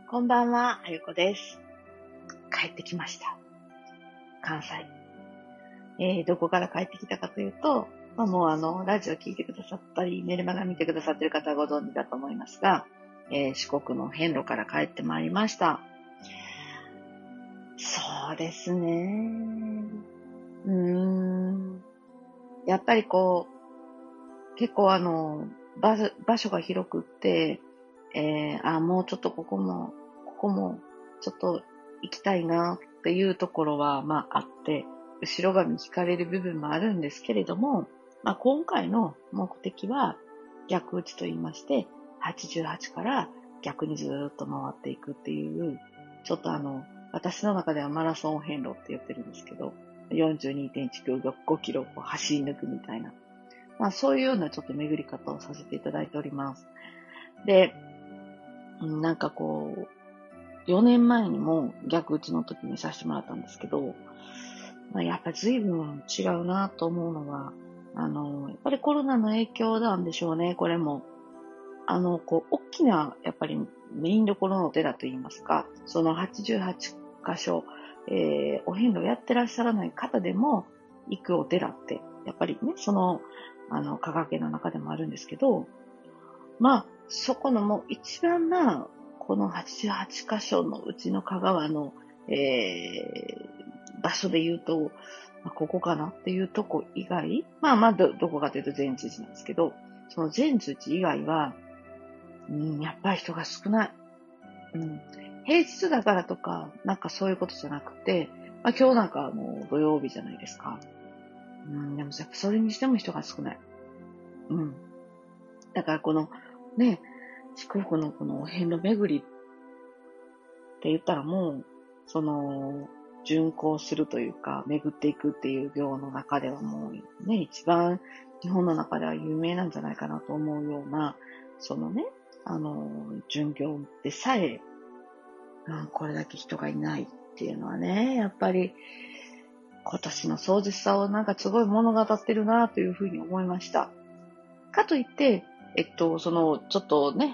こんばんは、あゆこです。帰ってきました。関西。どこから帰ってきたかというと、もうラジオ聞いてくださったり、メルマガ見てくださっている方はご存知だと思いますが、四国の遍路から帰ってまいりました。そうですね。やっぱり結構場所が広くって、もうちょっとここもちょっと行きたいなっていうところは、あって、後ろ髪引かれる部分もあるんですけれども、今回の目的は逆打ちと言いまして、88から逆にずーっと回っていくっていう、ちょっと私の中ではマラソン遍路って言ってるんですけど、42.195 キロを走り抜くみたいな。そういうようなちょっと巡り方をさせていただいております。で、4年前にも逆打ちの時にさせてもらったんですけど、やっぱり随分違うなと思うのは、やっぱりコロナの影響なんでしょうね、これも。大きな、やっぱりメインどころのお寺といいますか、その88箇所、お遍路やってらっしゃらない方でも行くお寺って、やっぱりね、香川県の中でもあるんですけど、そこのもう一番この88箇所のうちの香川の、場所で言うと、ここかなっていうとこ以外、どこかというと善通寺なんですけど、その善通寺以外は、やっぱり人が少ない。平日だからとか、そういうことじゃなくて、今日なんか土曜日じゃないですか。でもやっぱそれにしても人が少ない。だから四国のこのお遍路巡りって言ったらもう、巡行するというか、巡っていくっていう行の中ではもうね、一番日本の中では有名なんじゃないかなと思うような、巡行でさえ、これだけ人がいないっていうのはね、やっぱり今年の壮絶さをすごい物語ってるなというふうに思いました。かといって、ちょっとね、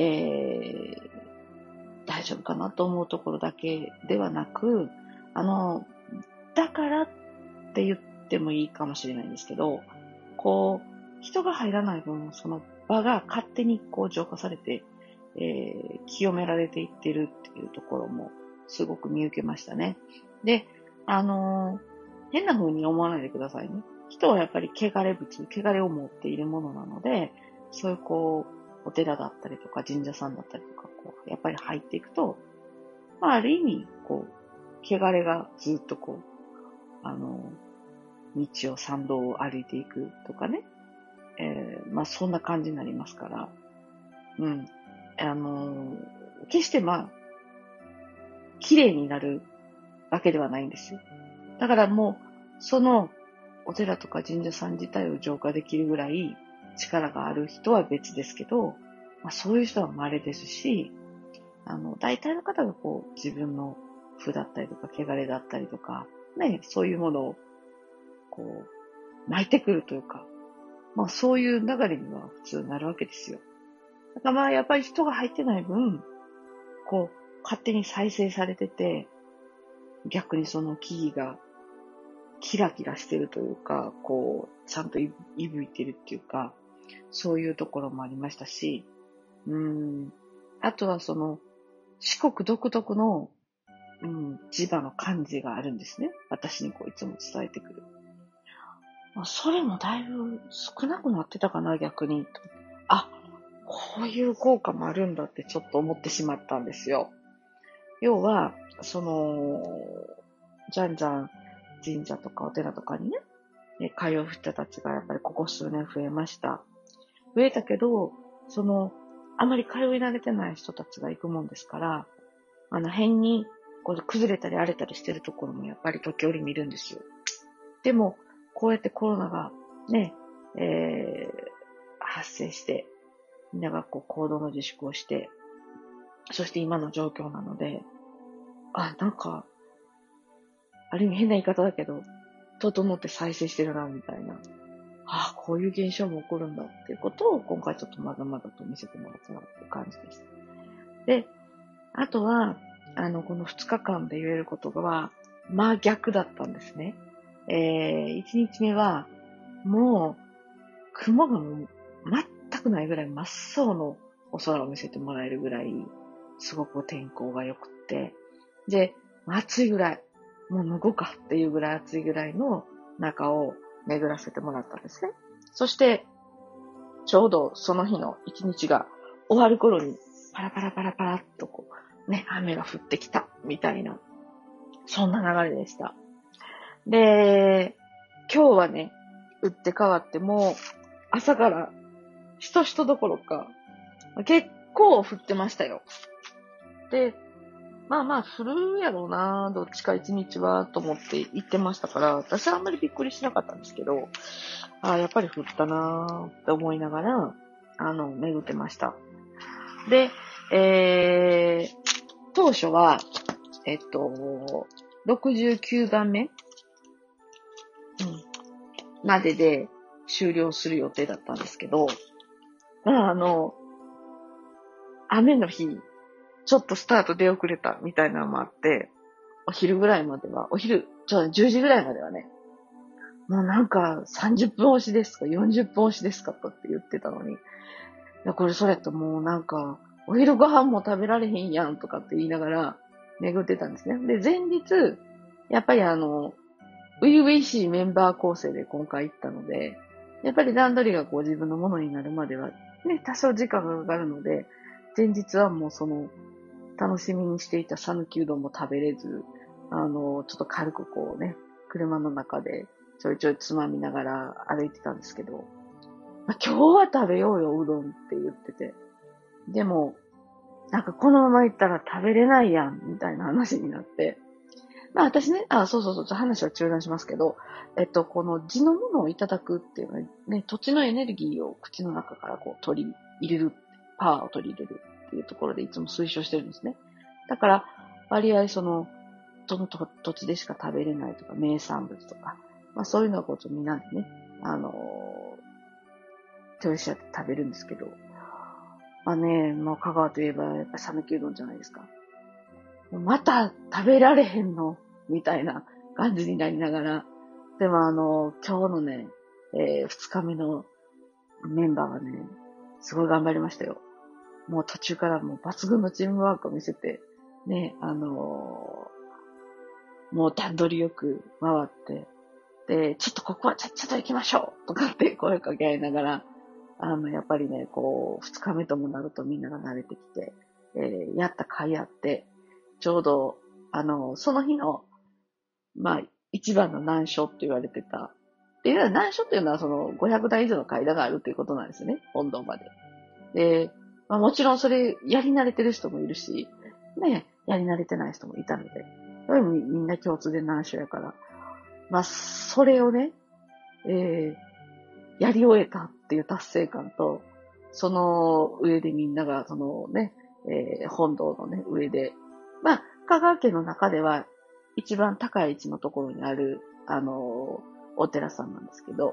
大丈夫かなと思うところだけではなく、だからって言ってもいいかもしれないんですけど、人が入らない分、その場が勝手に浄化されて、清められていってるっていうところもすごく見受けましたね。で、変な風に思わないでくださいね。人はやっぱり汚れを持っているものなので、そういうお寺だったりとか神社さんだったりとか、やっぱり入っていくと、ある意味、汚れがずっと道を参道を歩いていくとかね、そんな感じになりますから、決して綺麗になるわけではないんですよ。だからもう、そのお寺とか神社さん自体を浄化できるぐらい力がある人は別ですけど、そういう人は稀ですし、大体の方が自分の負だったりとか、汚れだったりとか、ね、そういうものを、巻いてくるというか、そういう流れには普通になるわけですよ。だからやっぱり人が入ってない分、勝手に再生されてて、逆にその木々がキラキラしてるというか、ちゃんと息吹いてるっていうか、そういうところもありましたし、あとは四国独特の、磁場の感じがあるんですね。私にいつも伝えてくる。それもだいぶ少なくなってたかな、逆に。こういう効果もあるんだってちょっと思ってしまったんですよ。要は、じゃんじゃん神社とかお寺とかにね、通う人たちがやっぱりここ数年増えました。増えたけど、あまり通い慣れてない人たちが行くもんですから、変に崩れたり荒れたりしてるところもやっぱり時折見るんですよ。でも、こうやってコロナがね、発生して、みんなが行動の自粛をして、そして今の状況なので、ある意味変な言い方だけど、整って再生してるな、みたいな。こういう現象も起こるんだっていうことを今回ちょっとまだまだと見せてもらったなっていう感じです。で、 あとは、この2日間で言えることは、真逆だったんですね。1日目は、もう、雲がもう全くないぐらい真っ青のお空を見せてもらえるぐらい、すごく天候が良くって、で、暑いぐらい、もう脱ごうかっていうぐらい暑いぐらいの中を巡らせてもらったんですね。そして、ちょうどその日の一日が終わる頃に、パラパラパラパラっとこう、ね、雨が降ってきた、みたいな、そんな流れでした。で、今日はね、打って変わってもう、朝からしとしとどころか、結構降ってましたよ。で、まあまあ降るやろうな、どっちか一日は、と思って言ってましたから、私はあんまりびっくりしなかったんですけど、やっぱり降ったなって思いながら、巡ってました。で、当初は、69番目、までで終了する予定だったんですけど、雨の日、ちょっとスタート出遅れたみたいなのもあって、お昼ぐらいまでは、10時ぐらいまではね、もうなんか30分押しですか、40分押しですかとって言ってたのに、いや、これそれともうなんか、お昼ご飯も食べられへんやんとかって言いながら巡ってたんですね。で、前日、やっぱり初々しいメンバー構成で今回行ったので、やっぱり段取りがこう自分のものになるまではね、多少時間がかかるので、前日はもう楽しみにしていた讃岐うどんも食べれず、ちょっと軽くこうね、車の中でちょいちょいつまみながら歩いてたんですけど、今日は食べようよ、うどんって言ってて。でも、なんかこのまま行ったら食べれないやん、みたいな話になって。私ね、そうそうそう、話は中断しますけど、この地のものをいただくっていうのはね、土地のエネルギーを口の中からこう取り入れる、パワーを取り入れるっていうところでいつも推奨してるんですね。だから、割合その土地でしか食べれないとか、名産物とか、そういうのはこうみんなでね、手をし合って食べるんですけど、香川といえばやっぱ讃岐うどんじゃないですか。また食べられへんのみたいな感じになりながら。でも今日のね、二日目のメンバーはね、すごい頑張りましたよ。もう途中からもう抜群のチームワークを見せて、ね、もう段取りよく回って、で、ちょっとここはちゃっちゃと行きましょうとかって声かけ合いながら、やっぱりね、こう、二日目ともなるとみんなが慣れてきて、やった甲斐あって、ちょうど、その日の、一番の難所って言われてた。で、難所っていうのはその500台以上の階段があるっていうことなんですよね、本堂まで。で、もちろんそれやり慣れてる人もいるし、ね、やり慣れてない人もいたので、みんな共通で難所やから、それをね、やり終えたっていう達成感と、その上でみんなが、本堂のね、上で、香川県の中では一番高い位置のところにある、お寺さんなんですけど、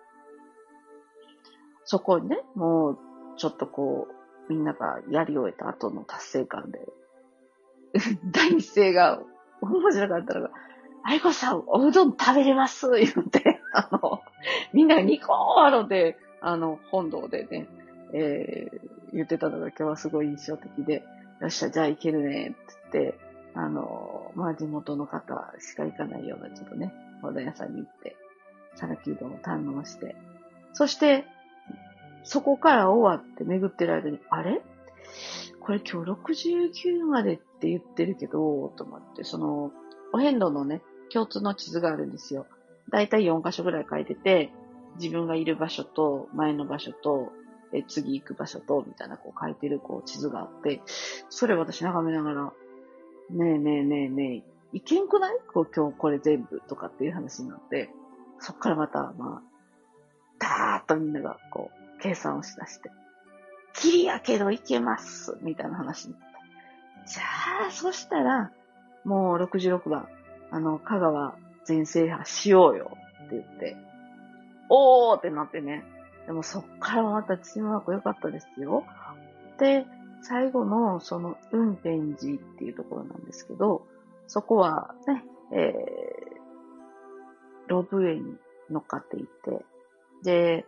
そこにね、もう、ちょっとこう、みんながやり終えた後の達成感で、第一声が面白かったのが、愛子さん、おうどん食べれます言って、みんながニコー笑って、本堂でね、言ってたのが今日はすごい印象的で、よっしゃ、じゃあ行けるね、って言って、地元の方しか行かないような、ちょっとね、おうどん屋さんに行って、讃岐うどんを堪能して、そして、そこから終わって巡ってる間に、あれこれ今日69までって言ってるけど、と思って、お遍路のね、共通の地図があるんですよ。だいたい4箇所ぐらい書いてて、自分がいる場所と、前の場所と、次行く場所と、みたいなこう書いてるこう地図があって、それ私眺めながら、ねえねえねえねえ、いけんくないこう今日これ全部とかっていう話になって、そっからまた、ダーッとみんながこう、計算をしだして、ギリやけどいけます、みたいな話になって。じゃあ、そしたら、もう66番、香川全制覇しようよって言って、おーってなってね。でもそっからまたチームワーク良かったですよ。で、 最後のその雲辺寺っていうところなんですけど、そこはね、ロープウェイに乗っかっていって、で、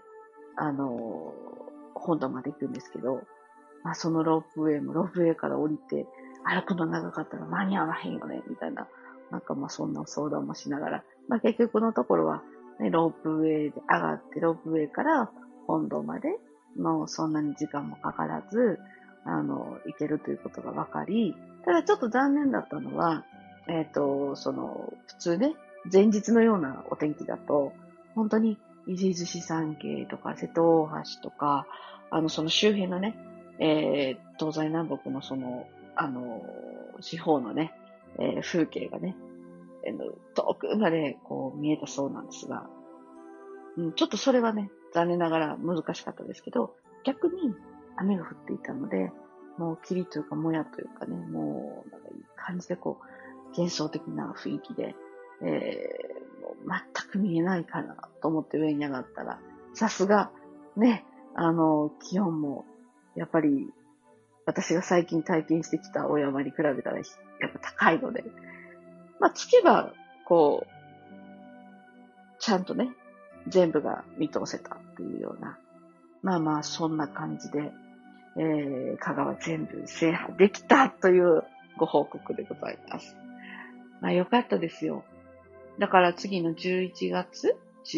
本土まで行くんですけど、まあそのロープウェイもロープウェイから降りて、歩くの長かったら間に合わへんよね、みたいな、なんかまあそんな相談もしながら、まあ結局のところは、ね、ロープウェイで上がって、ロープウェイから本土まで、もうそんなに時間もかからず、行けるということが分かり、ただちょっと残念だったのは、普通ね、前日のようなお天気だと、本当に伊豆寿司山系とか瀬戸大橋とか、その周辺のね、東西南北のその、四方のね、風景がね、遠くまでこう見えたそうなんですが、ちょっとそれはね、残念ながら難しかったですけど、逆に雨が降っていたので、もう霧というかもやというかね、もうなんかいい感じでこう、幻想的な雰囲気で、もう全く見えないかなと思って上に上がったら、さすがね、気温もやっぱり私が最近体験してきたお山に比べたらやっぱ高いので、まあ、つけば、こう、ちゃんとね、全部が見通せたっていうような、まあまあ、そんな感じで、香川全部制覇できたというご報告でございます。まあ、よかったですよ。だから次の11月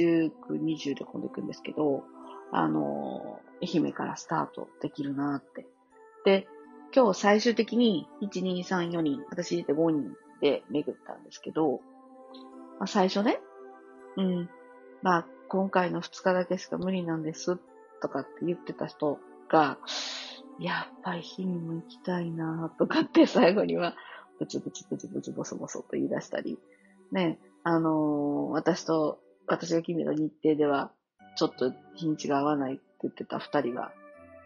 19、20で今度行くんですけど、愛媛からスタートできるなって。で、今日最終的に1、2、3、4人、私入れて5人で巡ったんですけど、まあ、最初ね、まあ、今回の2日だけしか無理なんですとかって言ってた人が、やっぱり日にも行きたいなとかって最後にはブツブツブツブツボソボソと言い出したり、ね、私が決めた日程ではちょっと日にちが合わないって言ってた2人は、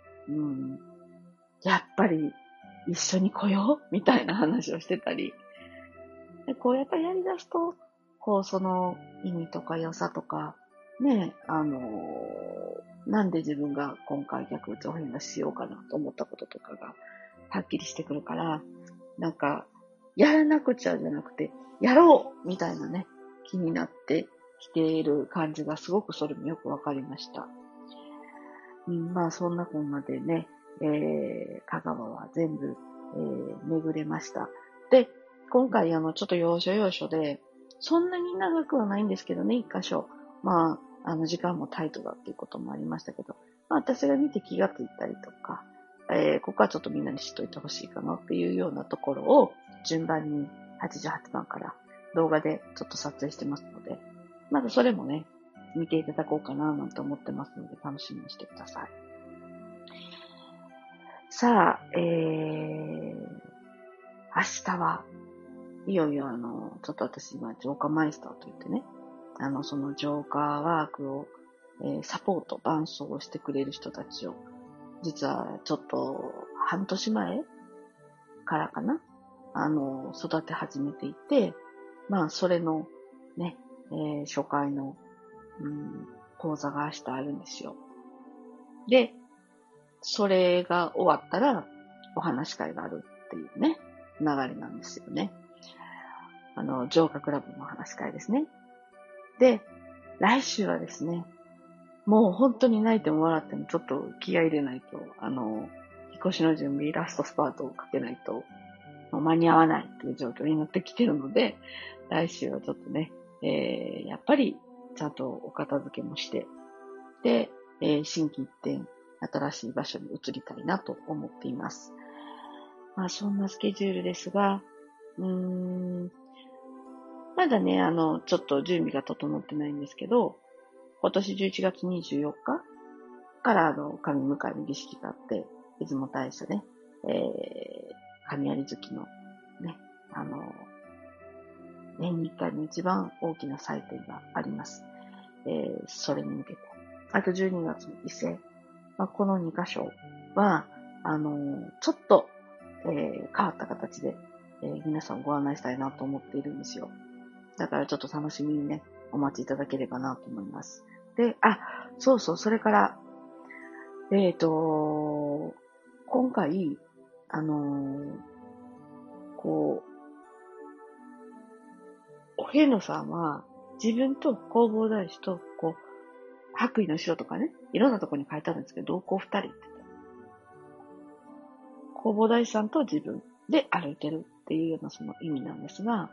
やっぱり一緒に来ようみたいな話をしてたり、でこうやっぱりやり出すと、こうその意味とか良さとか、ね、なんで自分が今回薬物を変化しようかなと思ったこととかがはっきりしてくるから、なんか、やらなくちゃじゃなくて、やろうみたいなね、気になってきている感じがすごくそれもよくわかりました。まあそんなこんなでね、香川は全部、巡れました。で、今回ちょっと要所要所で、そんなに長くはないんですけどね、一箇所。まあ、時間もタイトだっていうこともありましたけど、まあ私が見て気がついたりとか、ここはちょっとみんなに知っといてほしいかなっていうようなところを順番に88番から動画でちょっと撮影してますので、まずそれもね、見ていただこうかななんて思ってますので楽しみにしてください。さあ、明日はいよいよちょっと私今浄化マイスターといってね、その浄化ワークを、サポート、伴走をしてくれる人たちを、実はちょっと半年前からかな、育て始めていて、まあそれのね、初回の、講座が明日あるんですよ。で、それが終わったらお話し会があるっていうね、流れなんですよね。浄化クラブの話し会ですね。で、来週はですね、もう本当に泣いても笑ってもちょっと気合い入れないと、引っ越しの準備、ラストスパートをかけないと、間に合わないっていう状況になってきてるので、来週はちょっとね、やっぱりちゃんとお片付けもして、で、心機一転、新しい場所に移りたいなと思っています。まあそんなスケジュールですが、まだね、ちょっと準備が整ってないんですけど、今年11月24日から神迎えの儀式があって、出雲大社ね、神有月のね、年に1回の一番大きな祭典があります。それに向けて。あと12月の伊勢。この2箇所は、ちょっと、変わった形で、皆さんご案内したいなと思っているんですよ。だからちょっと楽しみにね、お待ちいただければなと思います。で、そうそう、それから、今回、 こう、お遍路さんは自分と弘法大師と、白衣の後ろとかね、いろんなところに書いてあるんですけど、同行二人って。弘法大師さんと自分で歩いてるっていうようなその意味なんですが、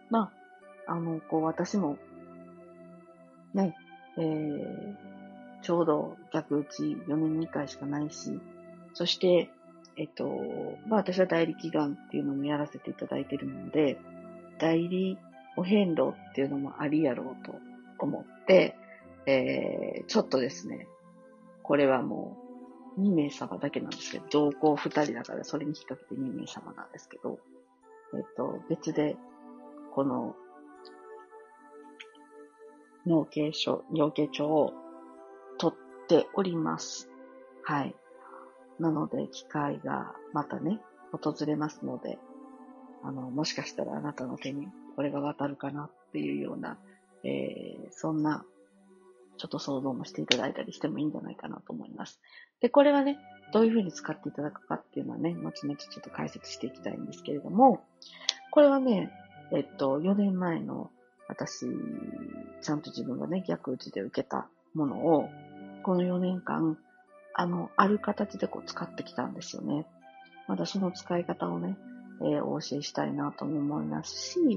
私も、ね、ちょうど逆打ち4年に1回しかないし、そして、私は代理祈願っていうのもやらせていただいているので、代理お遍路っていうのもありやろうと思って、ちょっとですね、これはもう2名様だけなんですけど、同行2人だからそれに引っ掛けて2名様なんですけど、別で、この、養鶏帳を取っております。はい。なので、機会がまたね、訪れますので、もしかしたらあなたの手にこれが渡るかなっていうような、そんな、ちょっと想像もしていただいたりしてもいいんじゃないかなと思います。で、これはね、どういうふうに使っていただくかっていうのはね、後々ちょっと解説していきたいんですけれども、これはね、4年前の私、ちゃんと自分がね、逆打ちで受けたものを、この4年間、ある形で使ってきたんですよね。まだその使い方をね、お教えしたいなとも思いますし、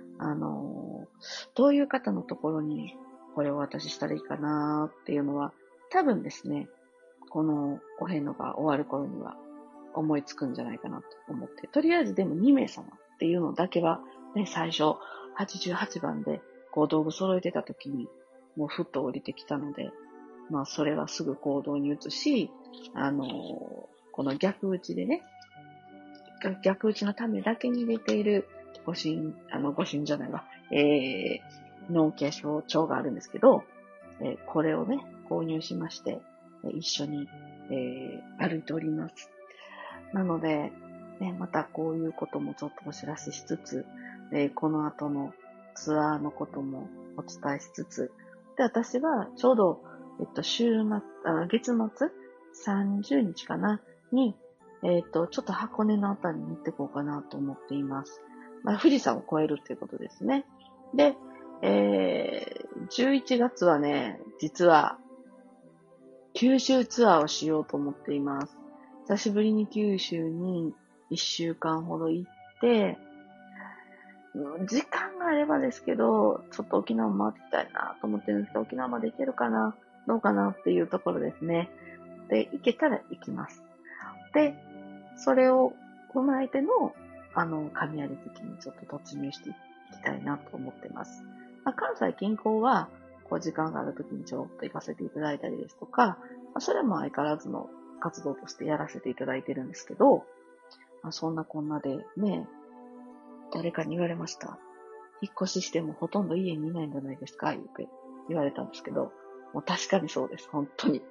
どういう方のところにこれをお渡ししたらいいかなっていうのは、多分ですね、このお遍路が終わる頃には思いつくんじゃないかなと思って、とりあえずでも2名様っていうのだけは、ね、最初88番で道具揃えてた時にもうふっと降りてきたので、それはすぐ行動に移し、この逆打ちでね、逆打ちのためだけに入れているご神じゃないわ、農家証帳があるんですけど、これをね、購入しまして、一緒に、歩いております。なので、ね、またこういうこともちょっとお知らせしつつ、この後のツアーのこともお伝えしつつ、で、私はちょうど、月末30日かな、に、ちょっと箱根のあたりに行ってこうかなと思っています。富士山を越えるっていうことですね。で、11月はね、実は、九州ツアーをしようと思っています。久しぶりに九州に1週間ほど行って、時間があればですけど、ちょっと沖縄も回ってきたいなと思ってるんですけど、沖縄まで行けるかなどうかなっていうところですね。で、行けたら行きます。で、それを踏まえての、神有月にちょっと突入していきたいなと思ってます。関西近郊は、時間がある時にちょっと行かせていただいたりですとか、それも相変わらずの活動としてやらせていただいてるんですけど、そんなこんなでね、誰かに言われました。引っ越ししてもほとんど家にいないんじゃないですかって言われたんですけど、もう確かにそうです、本当に。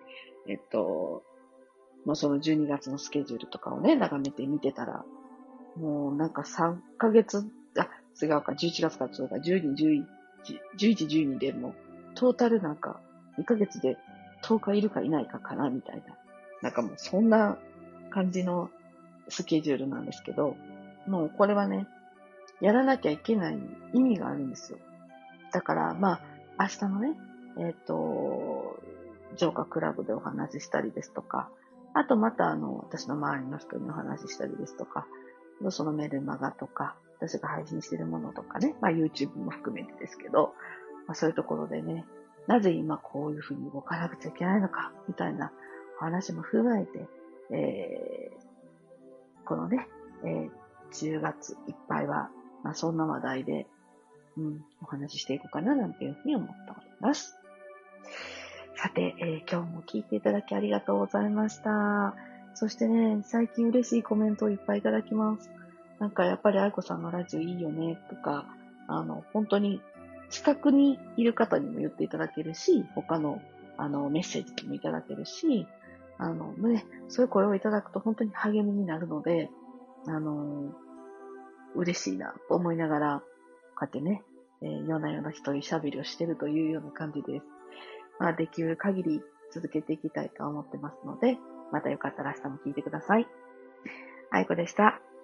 その12月のスケジュールとかをね、眺めて見てたら、もうなんか3ヶ月、違うか、11月からそうか、12、11、11、12でもう、トータルなんか、2ヶ月で10日いるかいないかかな、みたいな。なんかもうそんな感じのスケジュールなんですけど、もうこれはね、やらなきゃいけない意味があるんですよ。だから、明日のね、浄化クラブでお話ししたりですとか、あとまた私の周りの人にお話ししたりですとか、そのメルマガとか、私が配信しているものとかね、YouTube も含めてですけど、そういうところでね、なぜ今こういうふうに動かなくちゃいけないのか、みたいなお話も踏まえて、このね、10月いっぱいは、そんな話題で、お話ししていこうかな、なんていうふうに思っております。さて、今日も聞いていただきありがとうございました。そしてね、最近嬉しいコメントをいっぱいいただきます。なんかやっぱり愛子さんのラジオいいよね、とか、本当に近くにいる方にも言っていただけるし、他の、メッセージにもいただけるし、そういう声をいただくと本当に励みになるので、嬉しいなと思いながら、こうやってね、夜な夜な一人喋りをしてるというような感じです。できる限り続けていきたいと思ってますので、またよかったら明日も聞いてください。 愛子でした。